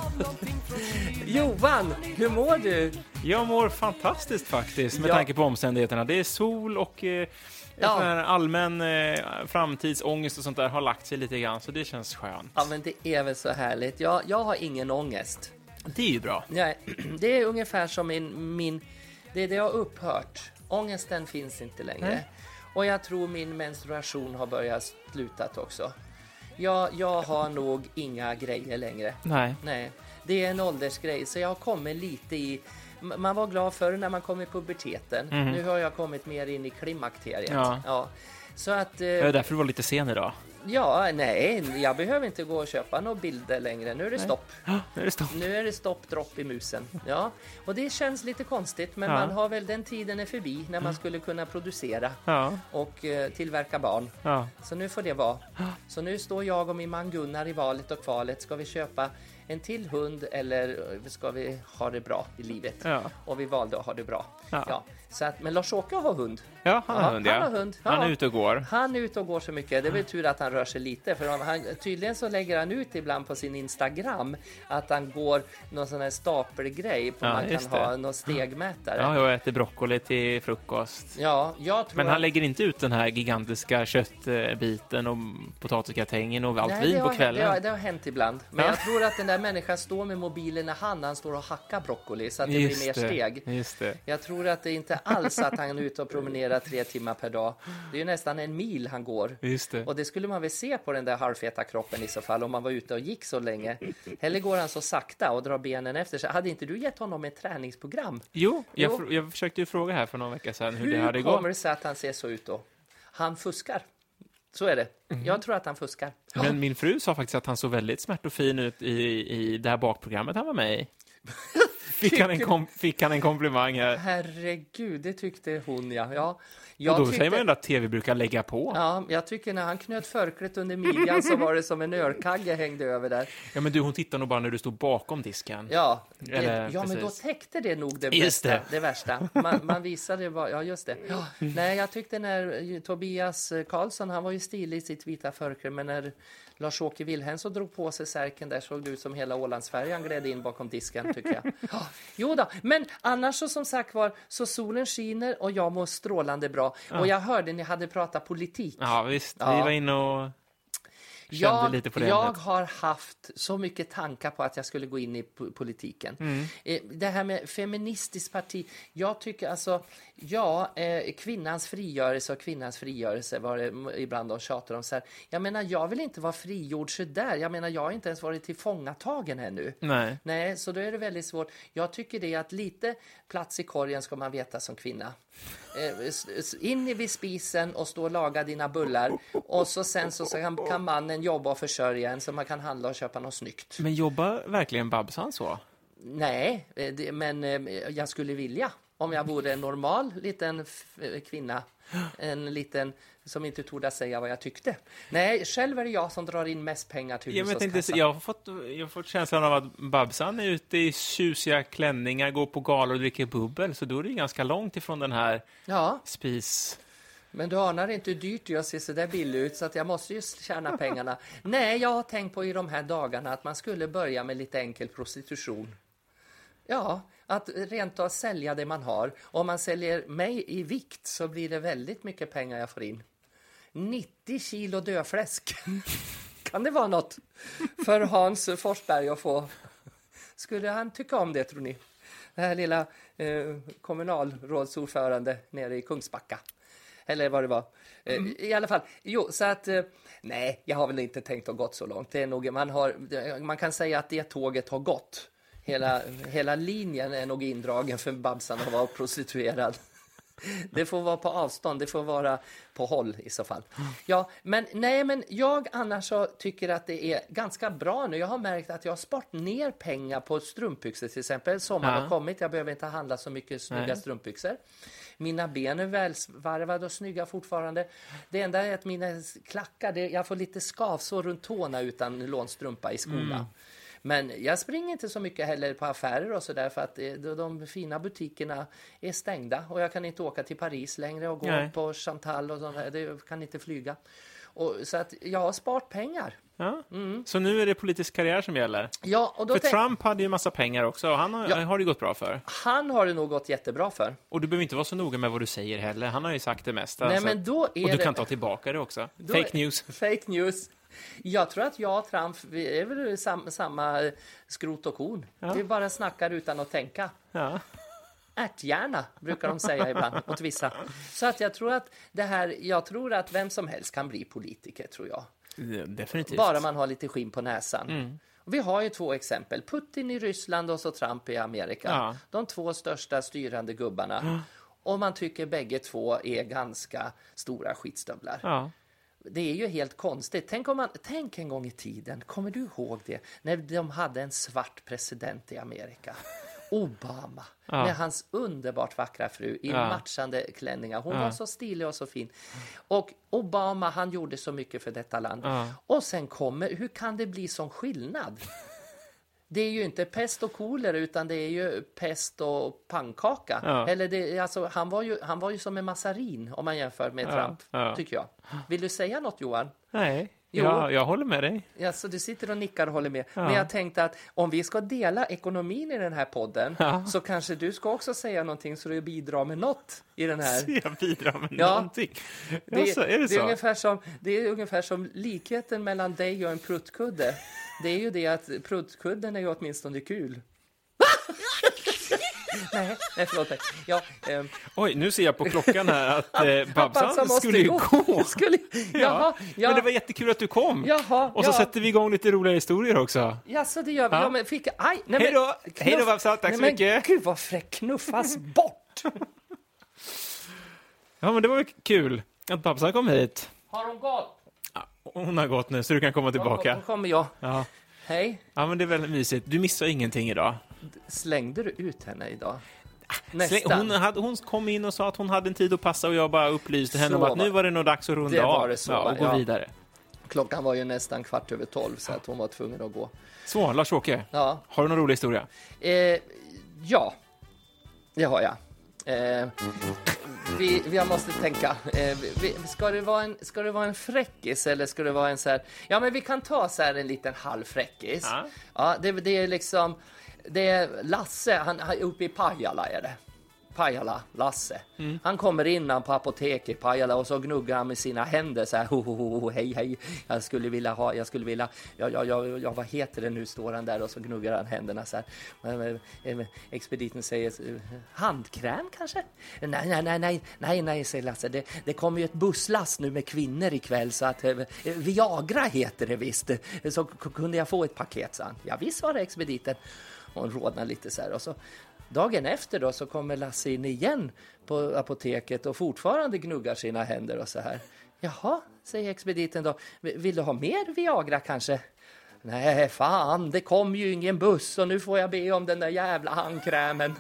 Johan, hur mår du? Jag mår fantastiskt faktiskt med ja. tanke på omständigheterna. Det är sol och eh, ja. allmän eh, framtidsångest och sånt där har lagt sig lite grann, så det känns skönt. Ja, men det är väl så härligt. Jag, jag har ingen ångest. Det är ju bra. Ja, det är ungefär som min... min det, det har upphört. Ångesten finns inte längre. Mm. Och jag tror min menstruation har börjat slutat också. Jag, jag har nog inga grejer längre. Nej. Nej. Det är en åldersgrej, så jag har kommit lite i... Man var glad förr när man kom i puberteten. Mm. Nu har jag kommit mer in i klimakteriet. Ja. Ja. Så att... Eh, det är därför du var lite sen idag. Ja, nej, jag behöver inte gå och köpa några bilder längre. Nu är det nej. stopp. Nu är det stopp. Nu är det stopp, dropp i musen. Ja, och det känns lite konstigt, men ja. man har väl den tiden är förbi när man skulle kunna producera ja. och eh, tillverka barn. Ja. Så nu får det vara. Så nu står jag och min man Gunnar i valet och kvalet. Ska vi köpa en till hund eller ska vi ha det bra i livet? Ja. Och vi valde att ha det bra. Ja. Ja. Så att, men Lars-Åke har hund. Ja, han har ja, hund, ja. Han, har hund. Ja. Han är ute och går. Han är ute och går så mycket. Det betyder att han rör sig lite. För han, tydligen så lägger han ut ibland på sin Instagram att han går någon sån här stapelgrej på ja, man kan ha någon stegmätare. Ja, jag äter broccoli till frukost. Ja, jag tror Men han att... lägger inte ut den här gigantiska köttbiten och potatisgratängen och allt Nej, vin har, på kvällen. Det har, det har hänt ibland. Men ja. jag tror att den där människan står med mobilen i hand. Han står och hackar broccoli så att det just blir mer det, steg. Just det. Jag tror att det inte alls att han är ute och promenerar tre timmar per dag. Det är ju nästan en mil han går. Just det. Och det skulle man väl se på den där halvfeta kroppen i så fall om man var ute och gick så länge. Eller går han så sakta och drar benen efter sig. Hade inte du gett honom ett träningsprogram? Jo, jag, jo. jag försökte ju fråga här för några veckor sedan hur, hur det hade gått. Hur kommer det sig att han ser så ut då? Han fuskar. Så är det. Mm. Jag tror att han fuskar. Men min fru sa faktiskt att han såg väldigt smärt och fin ut i, i det här bakprogrammet han var med i. Fick han, en kom, fick han en komplimang här? Herregud, det tyckte hon, ja. ja jag och då tyckte, säger man ändå att tv brukar lägga på. Ja, jag tycker när han knöt förklätt under midjan så var det som en örkagge hängde över där. Ja, men du, hon tittar nog bara när du stod bakom disken. Ja, det, Eller, ja men då täckte det nog det bästa, det. det värsta. Man, man visade, bara, ja just det. Ja, nej, jag tyckte när Tobias Karlsson, han var ju stilig i sitt vita förkläde, men när Lars-Åke Wilhelmsson drog på sig särken där såg det ut som hela Ålandsfärjan gled in bakom disken, tycker jag. Ja, jo då, men annars så som sagt var, så solen skiner och jag mår strålande bra. Ja. Och jag hörde ni hade pratat politik. Ja visst, ja. Vi var inne och kände jag, lite på det. Jag har haft så mycket tankar på att jag skulle gå in i politiken. Mm. Det här med feministiskt parti, jag tycker alltså, ja, eh, kvinnans frigörelse och kvinnans frigörelse var det ibland de tjatar om så här. Jag menar, jag vill inte vara frigjord så där. Jag menar, jag har inte ens varit tillfångatagen ännu. Nej. Nej, så då är det väldigt svårt. Jag tycker det är att lite plats i korgen ska man veta som kvinna. Eh, in vid spisen och stå och laga dina bullar. Och så sen så kan, kan mannen jobba och försörja en så man kan handla och köpa något snyggt. Men jobbar verkligen Babsan så? Nej, det, men eh, jag skulle vilja. Om jag vore en normal liten f- kvinna. En liten som inte trodde säga vad jag tyckte. Nej, själv är det jag som drar in mest pengar till jag hushållskassan. Jag har fått, jag har fått känslan av att Babsan är ute i tjusiga klänningar, går på galor och dricker bubbel. Så då är det ganska långt ifrån den här ja. spis... Men du anar inte hur dyrt jag ser så där billigt ut så att jag måste ju tjäna pengarna. Nej, jag har tänkt på i de här dagarna att man skulle börja med lite enkel prostitution. Ja, att rent av sälja det man har. Om man säljer mig i vikt så blir det väldigt mycket pengar jag får in. nittio kilo döfläsk. Kan det vara något för Hans Forsberg att få? Skulle han tycka om det, tror ni? Det här lilla eh, kommunalrådsordförande nere i Kungsbacka. Eller vad det var. Mm. I alla fall, jo, så att nej, jag har väl inte tänkt att gått så långt. Det är nog, man, har, man kan säga att det tåget har gått. Hela, hela linjen är nog indragen för Babsan att vara prostituerad. Det får vara på avstånd, det får vara på håll i så fall. Ja, men nej, men jag annars så tycker att det är ganska bra nu. Jag har märkt att jag har sparat ner pengar på strumpbyxor till exempel. Sommaren ja. har kommit, jag behöver inte handla så mycket snygga nej. strumpbyxor. Mina ben är välvarvade och snygga fortfarande. Det enda är att mina klackar, det, jag får lite skavsår runt tårna utan lånstrumpa i skolan. Mm. Men jag springer inte så mycket heller på affärer och sådär för att de, de fina butikerna är stängda. Och jag kan inte åka till Paris längre och gå Nej. på Chantal och sånt där. Jag kan inte flyga. Och, så att jag har sparat pengar. Ja. Mm. Så nu är det politisk karriär som gäller? Ja, och då för tänk... Trump hade ju massa pengar också. Han har, ja. har det gått bra för. Han har det nog gått jättebra för. Och du behöver inte vara så noga med vad du säger heller. Han har ju sagt det mesta. Nej, men då är och du det... kan ta tillbaka det också. Då fake news. Fake news. Jag tror att jag och Trump vi är väl sam, samma skrot och korn. Ja. Vi bara snackar utan att tänka. Ja. Ärtgärna brukar de säga ibland åt vissa. Så att jag tror att det här, jag tror att vem som helst kan bli politiker, tror jag. Definitivt. Bara man har lite skinn på näsan. Mm. Och vi har ju två exempel. Putin i Ryssland och så Trump i Amerika. Ja. De två största styrande gubbarna. Ja. Och man tycker bägge två är ganska stora skitstövlar. Ja. Det är ju helt konstigt. Tänk, om man, tänk en gång i tiden, kommer du ihåg det? När de hade en svart president i Amerika. Obama. Ja. Med hans underbart vackra fru i ja. matchande klänningar. Hon ja. var så stilig och så fin. Och Obama, han gjorde så mycket för detta land. Ja. Och sen kommer, hur kan det bli sån skillnad? Det är ju inte pest och kolera utan det är ju pest och pannkaka. Ja. Eller det, alltså, han, var ju, han var ju som en massarin om man jämför med ja. Trump, ja. tycker jag. Vill du säga något, Johan? Nej, ja, jag håller med dig. Ja, så du sitter och nickar och håller med. Ja. Men jag tänkte att om vi ska dela ekonomin i den här podden ja. så kanske du ska också säga någonting så du bidrar med något i den här. Så jag bidrar med ja. någonting? Det, alltså, är det, det, är så? ungefär som, det är ungefär som likheten mellan dig och en pruttkudde. Det är ju det att pruttkudden är ju åtminstone kul. nej, nej, förlåt mig. Ja, eh. Oj, nu ser jag på klockan här att eh, Babsan skulle ju gå. skulle, jaha, ja. Men det var jättekul att du kom. Jaha, och så ja. sätter vi igång lite roliga historier också. Ja, så det gör vi. Ja. Ja, men fick, aj, nej, hej då, knuff, hej då Babsan, tack nej, så mycket. Men gud vad fräck, knuffas bort. Ja, men det var ju kul att Babsan kom hit. Har hon gått? Ja, hon har gått nu så du kan komma tillbaka. Då kommer jag. Ja. Hej. Ja, men det är väldigt mysigt. Du missar ingenting idag. Slängde du ut henne idag? Nästan. Hon, hade, hon kom in och sa att hon hade en tid att passa och jag bara upplyste henne så om att nu var det nog dags att runda det av var det så, ja, och gå ja. vidare. Klockan var ju nästan kvart över tolv så att hon var tvungen att gå. Så, Lars-Åke, ja. har du någon rolig historia? Eh, ja, det har jag. Eh, vi, vi måste tänka. Eh, vi, ska, det vara en, ska det vara en fräckis eller ska det vara en så här... Ja, men vi kan ta så här en liten halvfräckis. Ja, ja det, det är liksom... Det är Lasse, han är uppe i Pajala är det. Pajala, Lasse. Mm. Han kommer in på apoteket i Pajala och så gnuggar han med sina händer så här, ho, ho, ho, hej, hej. Jag skulle vilja ha, jag skulle vilja, ja, ja, ja, ja, vad heter det nu, står han där och så gnuggar han händerna så här. Expediten säger, handkräm kanske? Nej, nej, nej, nej, nej, nej, säger Lasse. Det, det kommer ju ett busslast nu med kvinnor ikväll så att Viagra heter det visst. Så kunde jag få ett paket, sa han. Ja, visst var det expediten. Och hon rodnar lite så här och så dagen efter då så kommer Lasse in igen på apoteket och fortfarande gnuggar sina händer och så här. Jaha, säger expediten då. Vill du ha mer Viagra kanske? Nej, fan, det kom ju ingen buss och nu får jag be om den där jävla handkrämen.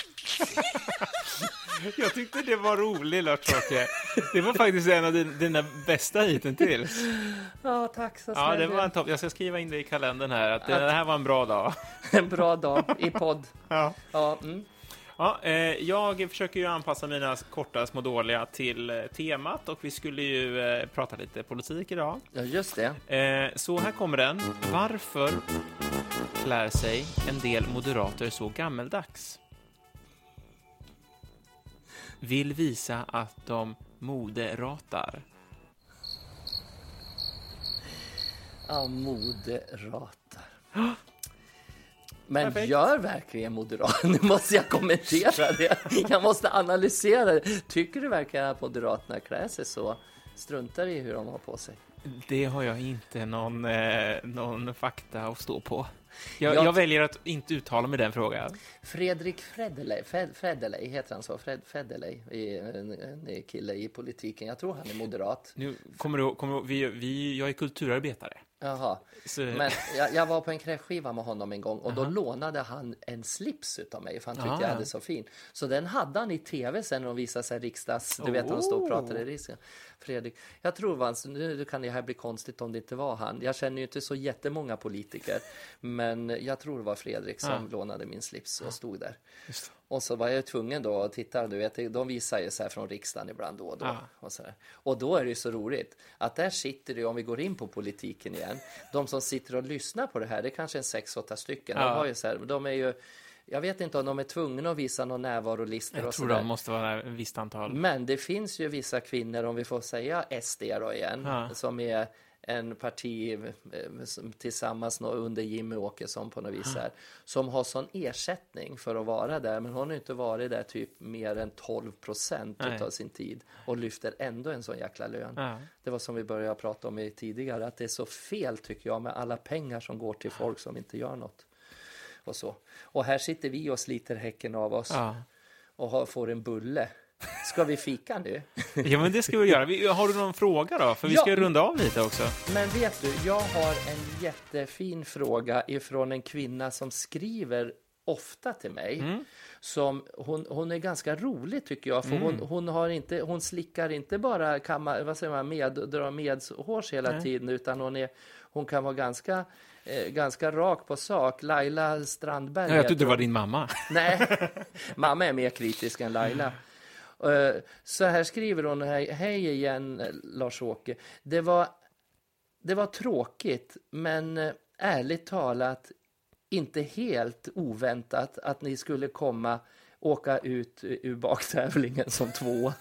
Jag tyckte det var roligt, Lars-Åke. Det var faktiskt en av dina, dina bästa hittills. Ja, tack så snälla. Ja, det var en topp. Jag ska skriva in det i kalendern här. Att, att det här var en bra dag. En bra dag i podd. Ja. Ja, mm. Ja, eh, jag försöker ju anpassa mina korta små dåliga till eh, temat. Och vi skulle ju eh, prata lite politik idag. Ja, just det. Eh, så här kommer den. Varför klär sig en del moderater så gammeldags? Vill visa att de moderatar. Ja, moderatar. Men perfekt. Gör verkligen moderat. Nu måste jag kommentera det. Jag måste analysera det. Tycker du verkligen att moderaterna klär sig så? Struntar i hur de har på sig? Det har jag inte någon, eh, någon fakta att stå på. Jag, jag, jag väljer att inte uttala med den frågan. Fredrik Federley, Fred, Federley heter han så? Fred, Federley, en, en kille i politiken. Jag tror han är moderat. Nu kommer du, kommer du, vi, vi, jag är kulturarbetare. Jaha, så... men jag, jag var på en kräftskiva med honom en gång och då uh-huh. lånade han en slips utav mig för han tyckte uh-huh. jag hade så fin. Så den hade han i tv sen och visade sig riksdags, du oh. vet han stod och pratade i risken. Fredrik, jag tror var nu kan det här bli konstigt om det inte var han. Jag känner ju inte så jättemånga politiker, men jag tror det var Fredrik som uh-huh. lånade min slips och stod där. Just. Och så var jag tvungen då att titta, du vet, de visar ju så här från riksdagen ibland då och då. Ah. Och, så där. Och då är det ju så roligt att där sitter det, om vi går in på politiken igen, de som sitter och lyssnar på det här, det är kanske en sex, åtta stycken. Ah. De har ju så här, de är ju, jag vet inte om de är tvungna att visa någon närvarolistor. Jag och tror de måste vara en visst antal. Men det finns ju vissa kvinnor, om vi får säga S D då igen, ah. som är en parti tillsammans under Jimmy Åkesson på något vis här, som har sån ersättning för att vara där, men hon har inte varit där typ mer än tolv procent av sin tid och lyfter ändå en sån jäkla lön. Ja. Det var som vi började prata om tidigare, att det är så fel tycker jag med alla pengar som går till folk som inte gör något. Och så. Och här sitter vi och sliter häcken av oss ja. och har, får en bulle. Ska vi fika nu? Ja, men det ska vi göra. Har du någon fråga då? För vi ska ja, runda av lite också. Men vet du, jag har en jättefin fråga ifrån en kvinna som skriver ofta till mig. Mm. Som, hon, hon är ganska rolig tycker jag. För mm. hon, hon, har inte, hon slickar inte bara kamma, vad säger man, med, drar medhårs hela Nej. tiden. Utan hon, är, hon kan vara ganska... Eh, ganska rak på sak. Laila Strandberg. Ja, jag trodde det var din mamma. Nej, mamma är mer kritisk än Laila. Uh, så här skriver hon, hej, hej igen Lars-Åke. Det var, det var tråkigt, men uh, ärligt talat inte helt oväntat att ni skulle komma åka ut ur baktävlingen som två.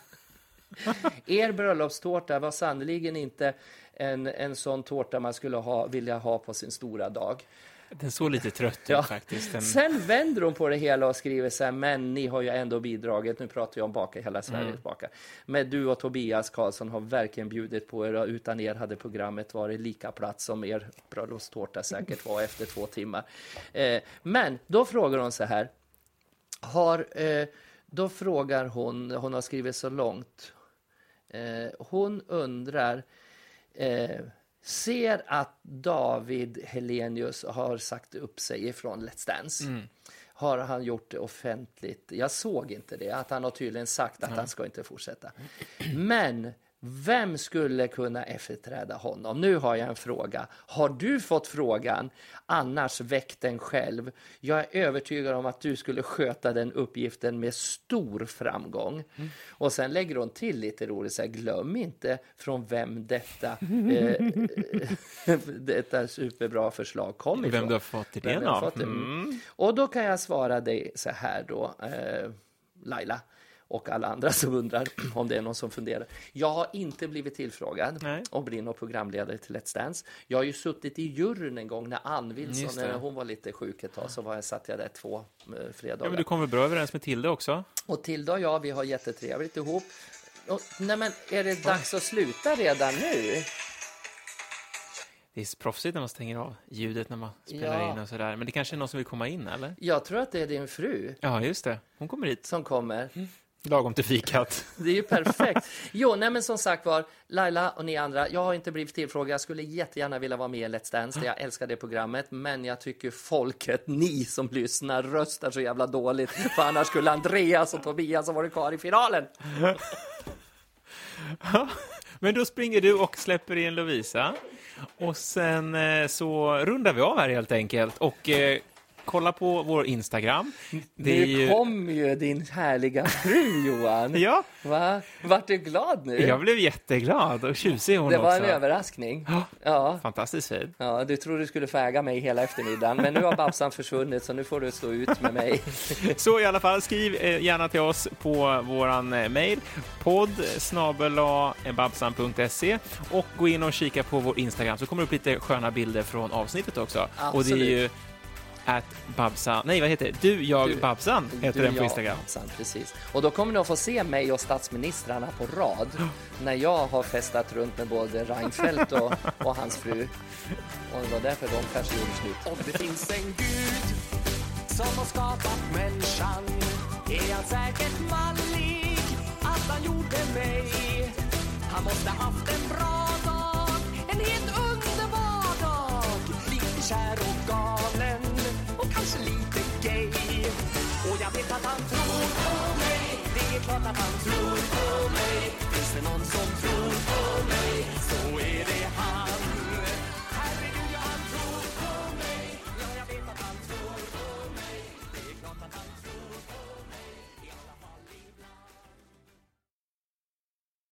Er bröllopstårta var sannoliken inte en, en sån tårta man skulle ha, vilja ha på sin stora dag. Den såg lite trött ut ja. faktiskt. Den... Sen vänder hon på det hela och skriver så här, men ni har ju ändå bidragit, nu pratar jag om Baka hela Sveriges mm. baka. Men du och Tobias Karlsson har verkligen bjudit på er och utan er hade programmet varit lika platt som er bröllopstårta säkert var efter två timmar. Eh, men då frågar hon så här, har, eh, då frågar hon, hon har skrivit så långt, eh, hon undrar... Eh, ser att David Hellenius har sagt upp sig ifrån Let's Dance. Mm. Har han gjort det offentligt? Jag såg inte det. Att han har tydligen sagt att mm. han ska inte fortsätta. Men vem skulle kunna efterträda honom? Nu har jag en fråga. Har du fått frågan? Annars väck den själv. Jag är övertygad om att du skulle sköta den uppgiften med stor framgång. Mm. Och sen lägger hon till lite roligt. Så här, glöm inte från vem detta, eh, detta superbra förslag kom ifrån. Vem du har fått idén av. Mm. Och då kan jag svara dig så här då, eh, Laila. Och alla andra som undrar om det är någon som funderar. Jag har inte blivit tillfrågad Nej. och blir någon programledare till Let's Dance. Jag har ju suttit i juryn en gång när Ann Wilson, när hon var lite sjuk ett tag, så var jag, satt jag där två fredagar. Ja, men du kommer bra överens med Tilde också. Och Tilde och jag, vi har jättetrevligt ihop. Och, nej men, är det dags att sluta redan nu? Det är proffsigt när man stänger av ljudet när man spelar ja. in och sådär. Men det kanske är någon som vill komma in, eller? Jag tror att det är din fru. Ja, just det. Hon kommer hit. Som kommer. Mm. Lagom till fikat. Det är ju perfekt. Jo, nej men som sagt var, Laila och ni andra, jag har inte blivit tillfrågad. Jag skulle jättegärna vilja vara med i Let's Dance. Jag älskar det programmet, men jag tycker folket, ni som lyssnar, röstar så jävla dåligt. För annars skulle Andreas och Tobias ha varit kvar i finalen. Ja, men då springer du och släpper in Lovisa. Och sen så rundar vi av här helt enkelt. Och... Eh, kolla på vår Instagram. Det nu ju... kom ju din härliga fru, Johan. Ja. Va? Vart du glad nu? Jag blev jätteglad och tjusig hon Det var också. En överraskning. Ja. ja. Fantastiskt fin. Ja, du tror du skulle fäga mig hela eftermiddagen. Men nu har Babsan försvunnit så nu får du stå ut med mig. Så i alla fall, skriv gärna till oss på våran mejl podd snabel-a babsan punkt se och gå in och kika på vår Instagram så kommer det upp lite sköna bilder från avsnittet också. Absolut. Och det är ju at Babsan. Nej, vad heter det? Du, jag, du, Babsan heter du, den på Instagram. Babsan, precis. Och då kommer ni att få se mig och statsministrarna på rad när jag har festat runt med både Reinfeldt och, och hans fru. Och det var därför de kanske gjorde slut. Om det finns en Gud som har skapat människan, är han säkert mallig att han gjorde mig. Han måste haft en bra dag, en helt underbar dag, lite kär och galen och kanske lite gay. Och jag vet att han tror på mig, det är klart att han tror